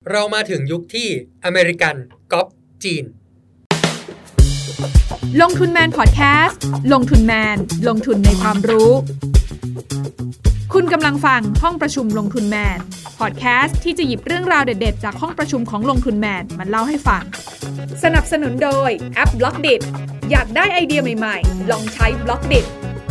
เรามาถึงยุคที่อเมริกันก๊อปจีนลงทุนแมนพอดแคสต์ลงทุนแมนลงทุนในความรู้คุณกำลังฟังห้องประชุมลงทุนแมนพอดแคสต์ที่จะหยิบเรื่องราวเด็ดๆจากห้องประชุมของลงทุนแมนมาเล่าให้ฟังสนับสนุนโดยแอป Blockdit อยากได้ไอเดียใหม่ๆลองใช้ Blockdit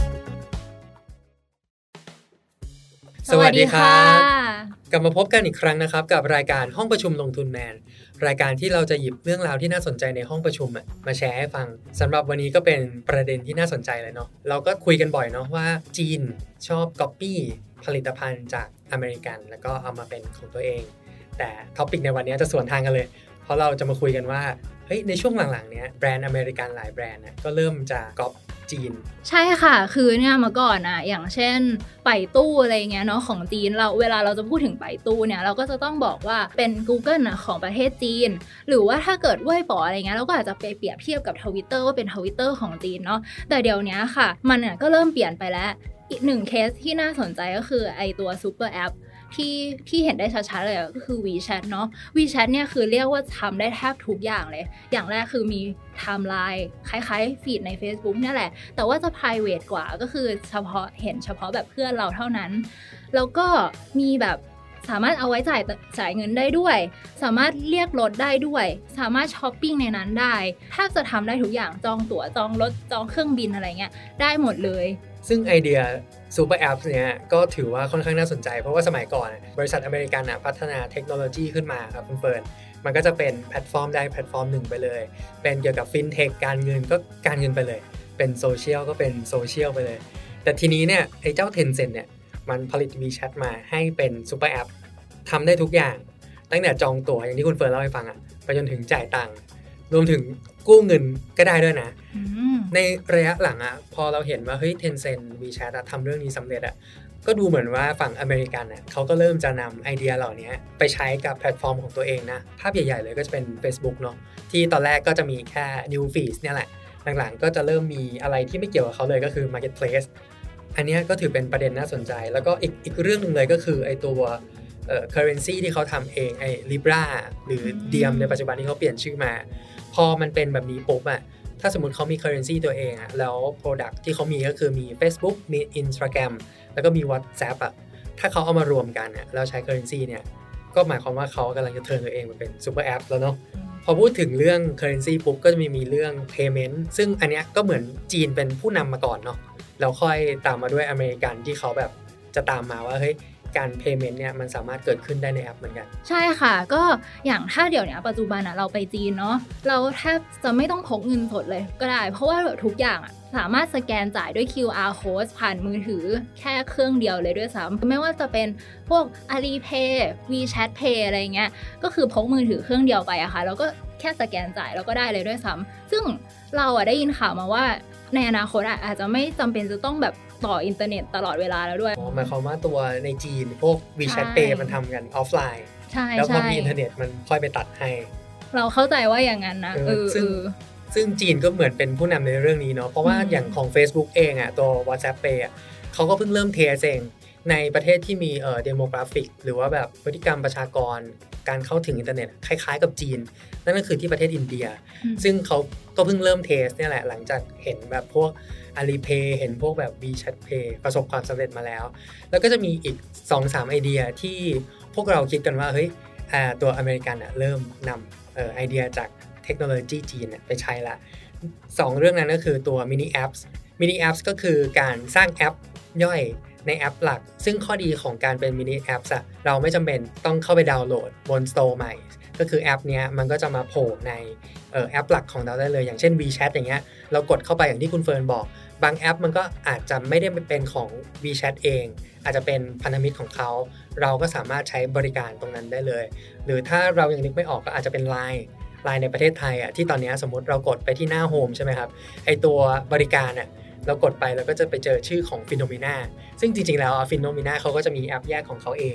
สวัสดีครับกลับมาพบกันอีกครั้งนะครับกับรายการห้องประชุมลงทุนแมนรายการที่เราจะหยิบเรื่องราวที่น่าสนใจในห้องประชุมมาแชร์ให้ฟังสำหรับวันนี้ก็เป็นประเด็นที่น่าสนใจเลยเนาะเราก็คุยกันบ่อยเนาะว่าจีนชอบก๊อปปี้ผลิตภัณฑ์จากอเมริกันแล้วก็เอามาเป็นของตัวเองแต่ท็อปิกในวันนี้จะสวนทางกันเลยเพราะเราจะมาคุยกันว่าเฮ้ยในช่วงหลังๆเนี้ยแบรนด์อเมริกันหลายแบรนด์ก็เริ่มจะก๊อปจีนใช่ค่ะคือเนี่ยเมื่อก่อนอย่างเช่นไปตู้อะไรเงี้ยเนาะของจีนเราเวลาเราจะพูดถึงไปตู้เนี่ยเราก็จะต้องบอกว่าเป็น Google ของประเทศจีนหรือว่าถ้าเกิดเว่ยป๋ออะไรเงี้ยเราก็อาจจะไปเปรียบเทียบกับ Twitter ว่าเป็น Twitter ของจีนเนาะแต่เดี๋ยวนี้ค่ะมันก็เริ่มเปลี่ยนไปแล้วอีกหนึ่งเคสที่น่าสนใจก็คือไอตัวซูเปอร์แอปที่เห็นได้ชัดๆเลยก็คือ WeChat เนาะ WeChat เนี่ยคือเรียกว่าทำได้แทบทุกอย่างเลยอย่างแรกคือมีไทม์ไลน์คล้ายๆฟีดใน Facebook เนี่ยแหละแต่ว่าจะ private กว่าก็คือเฉพาะแบบเพื่อนเราเท่านั้นแล้วก็มีแบบสามารถเอาไว้จ่ายเงินได้ด้วยสามารถเรียกรถได้ด้วยสามารถช้อปปิ้งในนั้นได้แทบจะทำได้ทุกอย่างจองตั๋วจองรถจองเครื่องบินอะไรเงี้ยได้หมดเลยซึ่งไอเดียซูเปอร์แอปเนี่ยก็ถือว่าค่อนข้างน่าสนใจเพราะว่าสมัยก่อนบริษัทอเมริกันพัฒนาเทคโนโลยีขึ้นมาครับคุณเฟิร์นมันก็จะเป็นแพลตฟอร์มใดแพลตฟอร์มหนึ่งไปเลยเป็นเกี่ยวกับฟินเทคการเงินก็การเงินไปเลยเป็นโซเชียลก็เป็นโซเชียลไปเลยแต่ทีนี้เนี่ยไอ้เจ้า Tencent เนี่ยมันผลิต WeChat มาให้เป็นซูเปอร์แอปทำได้ทุกอย่างตั้งแต่จองตั๋วอย่างที่คุณเฟิร์นเล่าให้ฟังไปจนถึงจ่ายตังค์รวมถึงกู้เงินก็ได้ด้วยนะในระยะหลังพอเราเห็นว่าเฮ้ย Tencent WeChat ทำเรื่องนี้สำเร็จก็ดูเหมือนว่าฝั่งอเมริกันเขาก็เริ่มจะนำไอเดียเหล่านี้ไปใช้กับแพลตฟอร์มของตัวเองนะภาพใหญ่ๆเลยก็จะเป็น Facebook เนาะที่ตอนแรกก็จะมีแค่ New Feed เนี่ยแหละหลังๆก็จะเริ่มมีอะไรที่ไม่เกี่ยวกับเขาเลยก็คือ Marketplace อันนี้ก็ถือเป็นประเด็นน่าสนใจแล้วก็อีกเรื่องนึงเลยก็คือไอตัวcurrency ที่เขาทำเองไอ้ Libra หรือ Diem ในปัจจุบันที่เขาเปลี่ยนชื่อมาพอมันเป็นแบบนี้ปุ๊บถ้าสมมุติเขามี currency ตัวเองแล้ว product ที่เขามีก็คือมี Facebook มี Instagram แล้วก็มี WhatsApp ถ้าเขาเอามารวมกันแล้วใช้ currency เนี่ยก็หมายความว่าเขากำลังจะเทิร์นตัวเองมาเป็น super app แล้วเนาะพอพูดถึงเรื่อง currency ปุ๊บก็จะมีเรื่อง payment ซึ่งอันเนี้ยก็เหมือนจีนเป็นผู้นำมาก่อนเนาะแล้วค่อยตามมาด้วยอเมริกันที่เขาแบบจะตามมาว่าเฮ้ยการ payment เนี่ยมันสามารถเกิดขึ้นได้ในแอปเหมือนกันใช่ค่ะก็อย่างถ้าเดี๋ยวนี้ปัจจุบันเราไปจีนเนาะเราแทบจะไม่ต้องพกเงินสดเลยก็ได้เพราะว่าทุกอย่างสามารถสแกนจ่ายด้วย QR code ผ่านมือถือแค่เครื่องเดียวเลยด้วยซ้ำไม่ว่าจะเป็นพวก Alipay WeChat Pay อะไรเงี้ยก็คือพกมือถือเครื่องเดียวไปค่ะแล้วก็แค่สแกนจ่ายแล้วก็ได้เลยด้วยซ้ำซึ่งเราได้ยินข่าวมาว่าในอนาคตอาจจะไม่จำเป็นจะต้องแบบต่ออินเทอร์เน็ตตลอดเวลาแล้วด้วยหมายความว่าตัวในจีนพวก WeChat Pay มันทำกันออฟไลน์แล้วพอมีอินเทอร์เน็ตมันค่อยไปตัดให้เราเข้าใจว่าอย่างนั้นนะซึ่งจีนก็เหมือนเป็นผู้นำในเรื่องนี้เนาะเพราะว่าอย่างของ Facebook เองตัว WhatsApp Pay เขาก็เพิ่งเริ่มเทสเองในประเทศที่มีdemographic หรือว่าแบบพฤติกรรมประชากรการเข้าถึงอินเทอร์เน็ตคล้ายๆกับจีนนั่นก็คือที่ประเทศอินเดียซึ่งเขาก็เพิ่งเริ่มเทสเนี่ยแหละหลังจากเห็นแบบพวก Alipay เห็นพวกแบบ WeChat Pay ประสบความสำเร็จมาแล้วแล้วก็จะมีอีก 2-3 ไอเดียที่พวกเราคิดกันว่าเฮ้ยตัวอเมริกันเริ่มนำไอเดียจากเทคโนโลยีจีนไปใช้ละ2เรื่องนั้นก็คือตัว Mini Apps ก็คือการสร้างแอปย่อยในแอปหลักซึ่งข้อดีของการเป็น Mini Apps เราไม่จำเป็นต้องเข้าไปดาวน์โหลดบน Store ใหม่ก็คือแอปเนี้ยมันก็จะมาโผล่ในแอปหลักของเราได้เลยอย่างเช่น WeChat อย่างเงี้ยเรากดเข้าไปอย่างที่คุณเฟิร์นบอกบางแอปมันก็อาจจะไม่ได้เป็นของ WeChat เองอาจจะเป็นพันธมิตรของเขาเราก็สามารถใช้บริการตรงนั้นได้เลยหรือถ้าเรายังนึกไม่ออกก็อาจจะเป็น Line ในประเทศไทยที่ตอนนี้สมมติเรากดไปที่หน้าโฮมใช่ไหมครับไอตัวบริการเรากดไปแล้วก็จะไปเจอชื่อของ Phenomena ซึ่งจริงๆแล้วPhenomena เขาก็จะมีแอปแยกของเขาเองแ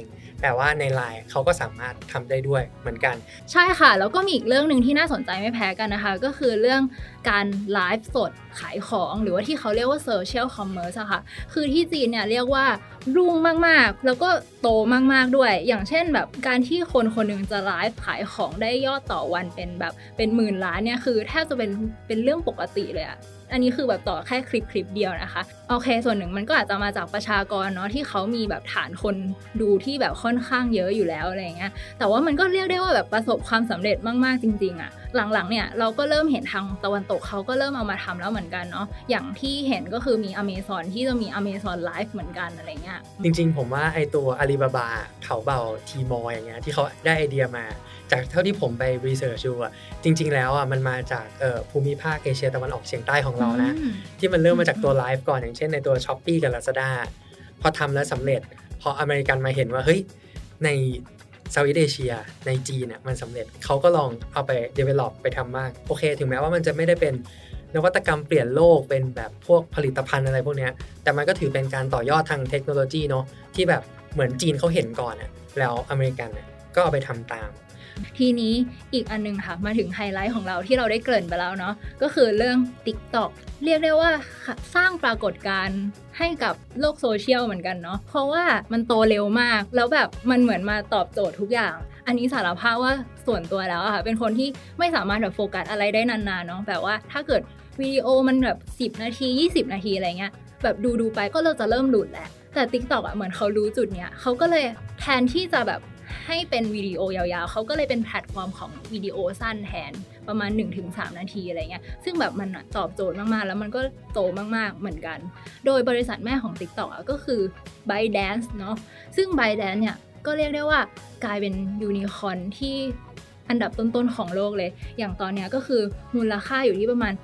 แต่ว่าใน LINE เขาก็สามารถทำได้ด้วยเหมือนกันใช่ค่ะแล้วก็มีอีกเรื่องนึงที่น่าสนใจไม่แพ้กันนะคะก็คือเรื่องการไลฟ์สดขายของหรือว่าที่เขาเรียกว่า Social Commerce อะค่ะคือที่จีนเนี่ยเรียกว่ารุ่งมากๆแล้วก็โตมากๆด้วยอย่างเช่นแบบการที่คนคนนึงจะไลฟ์ขายของได้ยอดต่อวันเป็นหมื่นล้านเนี่ยคือแทบจะเป็นเรื่องปกติเลยอะอันนี้คือแบบต่อแค่คลิปเดียวนะคะโอเคส่วนหนึ่งมันก็อาจจะมาจากประชากรเนาะที่เขามีแบบฐานคนดูที่แบบค่อนข้างเยอะอยู่แล้วอะไรเงี้ยแต่ว่ามันก็เรียกได้ว่าแบบประสบความสำเร็จมากๆจริงๆอะหลังๆเนี่ยเราก็เริ่มเห็นทางตะวันตกเขาก็เริ่มเอามาทำแล้วเหมือนกันเนาะอย่างที่เห็นก็คือมี Amazon ที่จะมี Amazon Live เหมือนกันอะไรเงี้ยจริงๆผมว่าไอตัว Alibaba เขาเบา Tmall อย่างเงี้ยที่เขาได้ไอเดียมาจากเท่าที่ผมไปรีเสิร์ชดูอ่ะจริงๆแล้วอ่ะมันมาจากภูมิภาคเอเชียตะวันออกเฉียงใต้ของเรานะที่มันเริ่มมาจากตัวไลฟ์ก่อนอย่างเช่นในตัว Shopee กับ Lazada พอทำแล้วสำเร็จพออเมริกันมาเห็นว่าเฮ้ยในเซาท์อีสต์เอเชียในจีนน่ะมันสำเร็จเขาก็ลองเอาไป develop ไปทำมากโอเคถึงแม้ว่ามันจะไม่ได้เป็นนวัตกรรมเปลี่ยนโลกเป็นแบบพวกผลิตภัณฑ์อะไรพวกนี้แต่มันก็ถือเป็นการต่อยอดทางเทคโนโลยีเนาะที่แบบเหมือนจีนเขาเห็นก่อนน่ะแล้วอเมริกันน่ะก็เอาไปทำตามทีนี้อีกอันนึงค่ะมาถึงไฮไลท์ของเราที่เราได้เกริ่นไปแล้วเนาะก็คือเรื่อง TikTok เรียกได้ว่าสร้างปรากฏการณ์ให้กับโลกโซเชียลเหมือนกันเนาะเพราะว่ามันโตเร็วมากแล้วแบบมันเหมือนมาตอบโจทย์ทุกอย่างอันนี้สารภาพว่าส่วนตัวแล้วอะค่ะเป็นคนที่ไม่สามารถแบบโฟกัสอะไรได้นานๆเนาะแบบว่าถ้าเกิดวิดีโอมันแบบ10นาที20นาทีอะไรเงี้ยแบบดูไปก็เราจะเริ่มหลุดแหละแต่ TikTok อะเหมือนเขารู้จุดเนี้ยเขาก็เลยแทนที่จะแบบให้เป็นวิดีโอยาวๆเขาก็เลยเป็นแพลตฟอร์มของวิดีโอสั้นแทนประมาณ 1-3 นาทีอะไรเงี้ยซึ่งแบบมันตอบโจทย์มากๆแล้วมันก็โตมากๆเหมือนกันโดยบริษัทแม่ของ TikTok ก็คือ ByteDance เนาะซึ่ง ByteDance เนี่ยก็เรียกได้ว่ากลายเป็นยูนิคอร์นที่อันดับต้นๆของโลกเลยอย่างตอนนี้ก็คือมูลค่าอยู่ที่ประมาณ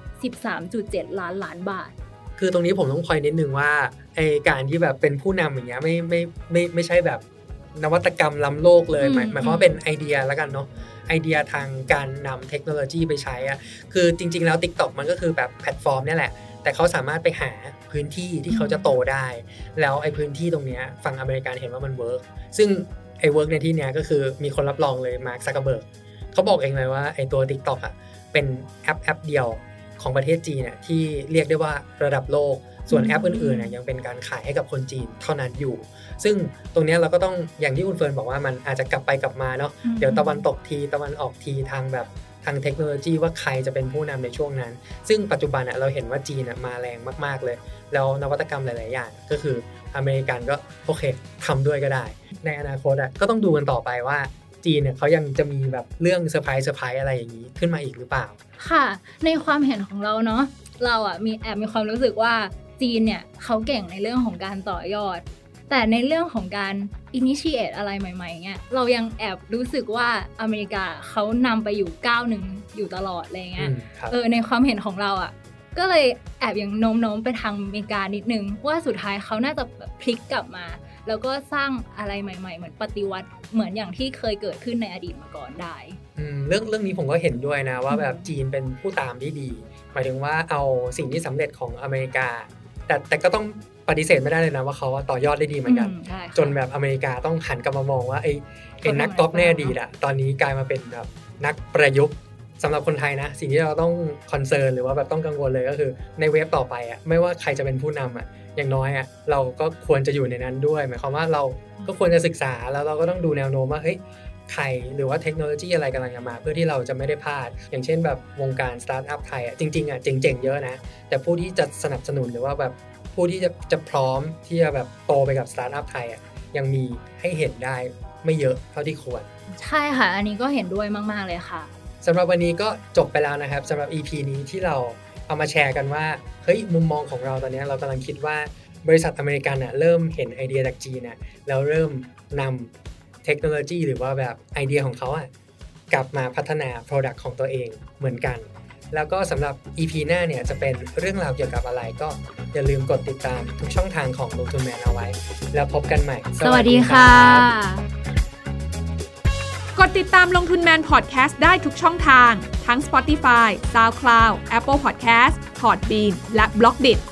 13.7 ล้านบาทคือตรงนี้ผมต้องคอยนิดนึงว่าไอการที่แบบเป็นผู้นำอย่างเงี้ยไม่ใช่แบบนวัตกรรมล้ำโลกเลยหมายความว่าเป็นไอเดียแล้วกันเนาะไอเดียทางการนำเทคโนโลยีไปใช้อะคือจริงๆแล้ว TikTok มันก็คือแบบแพลตฟอร์มนี่แหละแต่เขาสามารถไปหาพื้นที่ที่เขาจะโตได้แล้วไอพื้นที่ตรงนี้ฝั่งอเมริกันเห็นว่ามันเวิร์กซึ่งไอเวิร์กในที่เนี้ยก็คือมีคนรับรองเลยมาร์ค ซักเคอร์เบิร์กเขาบอกเองเลยว่าไอตัว TikTok อะเป็นแอปเดียวของประเทศจีนน่ะที่เรียกได้ว่าระดับโลกส่วนแอปอื่นๆยังเป็นการขายให้กับคนจีนเท่านั้นอยู่ซึ่งตรงนี้เราก็ต้องอย่างที่คุณเฟิร์นบอกว่ามันอาจจะกลับไปกลับมาเนาะเดี๋ยวตะวันตกทีตะวันออกทีทางแบบทางเทคโนโลยีว่าใครจะเป็นผู้นำในช่วงนั้นซึ่งปัจจุบันเราเห็นว่าจีนมาแรงมากๆเลยแล้วนวัตกรรมหลายๆอย่างก็คืออเมริกันก็โอเคทำด้วยก็ได้ในอนาคตก็ต้องดูกันต่อไปว่าจีนเขายังจะมีแบบเรื่องเซอร์ไพรส์อะไรอย่างนี้ขึ้นมาอีกหรือเปล่าค่ะในความเห็นของเราเนาะเรามีความรู้สึกว่าจีนเนี่ยเขาเก่งในเรื่องของการต่อยอดแต่ในเรื่องของการ initiate อะไรใหม่ๆเงี้ยเรายังแอบรู้สึกว่าอเมริกาเขานำไปอยู่ก้าวหนึ่งอยู่ตลอดอะไรเงี้ยในความเห็นของเราก็เลยแอบยังโน้มไปทางอเมริกานิดนึงว่าสุดท้ายเขาน่าจะพลิกกลับมาแล้วก็สร้างอะไรใหม่ๆเหมือนปฏิวัติเหมือนอย่างที่เคยเกิดขึ้นในอดีตมาก่อนได้เรื่องนี้ผมก็เห็นด้วยนะว่าแบบจีนเป็นผู้ตามที่ดีหมายถึงว่าเอาสิ่งที่สำเร็จของอเมริกาแต่ก็ต้องปฏิเสธไม่ได้เลยนะว่าเขาต่อยอดได้ดีเหมือนกันจนแบบอเมริกาต้องหันกลับมามองว่าไอ้นักกอล์ฟแน่ดีตอนนี้กลายมาเป็นแบบนักประยุกต์สำหรับคนไทยนะสิ่งที่เราต้องคอนเซิร์นหรือว่าแบบต้องกังวลเลยก็คือในเว็บต่อไปไม่ว่าใครจะเป็นผู้นำอย่างน้อยเราก็ควรจะอยู่ในนั้นด้วยหมายความว่าเราก็ควรจะศึกษาแล้วเราก็ต้องดูแนวโน้มว่าเฮ้ยใครหรือว่าเทคโนโลยีอะไรกำลังจะมาเพื่อที่เราจะไม่ได้พลาดอย่างเช่นแบบวงการสตาร์ทอัพไทยจริงๆเจ๋งๆเยอะนะแต่ผู้ที่จะสนับสนุนหรือว่าแบบผู้ที่จะพร้อมที่จะแบบโตไปกับสตาร์ทอัพไทยยังมีให้เห็นได้ไม่เยอะเท่าที่ควรใช่ค่ะอันนี้ก็เห็นด้วยมากๆเลยค่ะสำหรับวันนี้ก็จบไปแล้วนะครับสำหรับ EP นี้ที่เราเอามาแชร์กันว่าเฮ้ยมุมมองของเราตอนนี้เรากำลังคิดว่าบริษัทอเมริกันเริ่มเห็นไอเดียจากจีนแล้วเริ่มนำเทคโนโลยีหรือว่าแบบไอเดียของเขากลับมาพัฒนา Product ของตัวเองเหมือนกันแล้วก็สำหรับ EP หน้าเนี่ยจะเป็นเรื่องราวเกี่ยวกับอะไรก็อย่าลืมกดติดตามทุกช่องทางของลงทุนแมนเอาไว้แล้วพบกันใหม่สวัสดีค่ะกดติดตามลงทุนแมนพอดแคสต์ได้ทุกช่องทางทั้ง Spotify, SoundCloud, Apple Podcast, Podbean และ Blockdit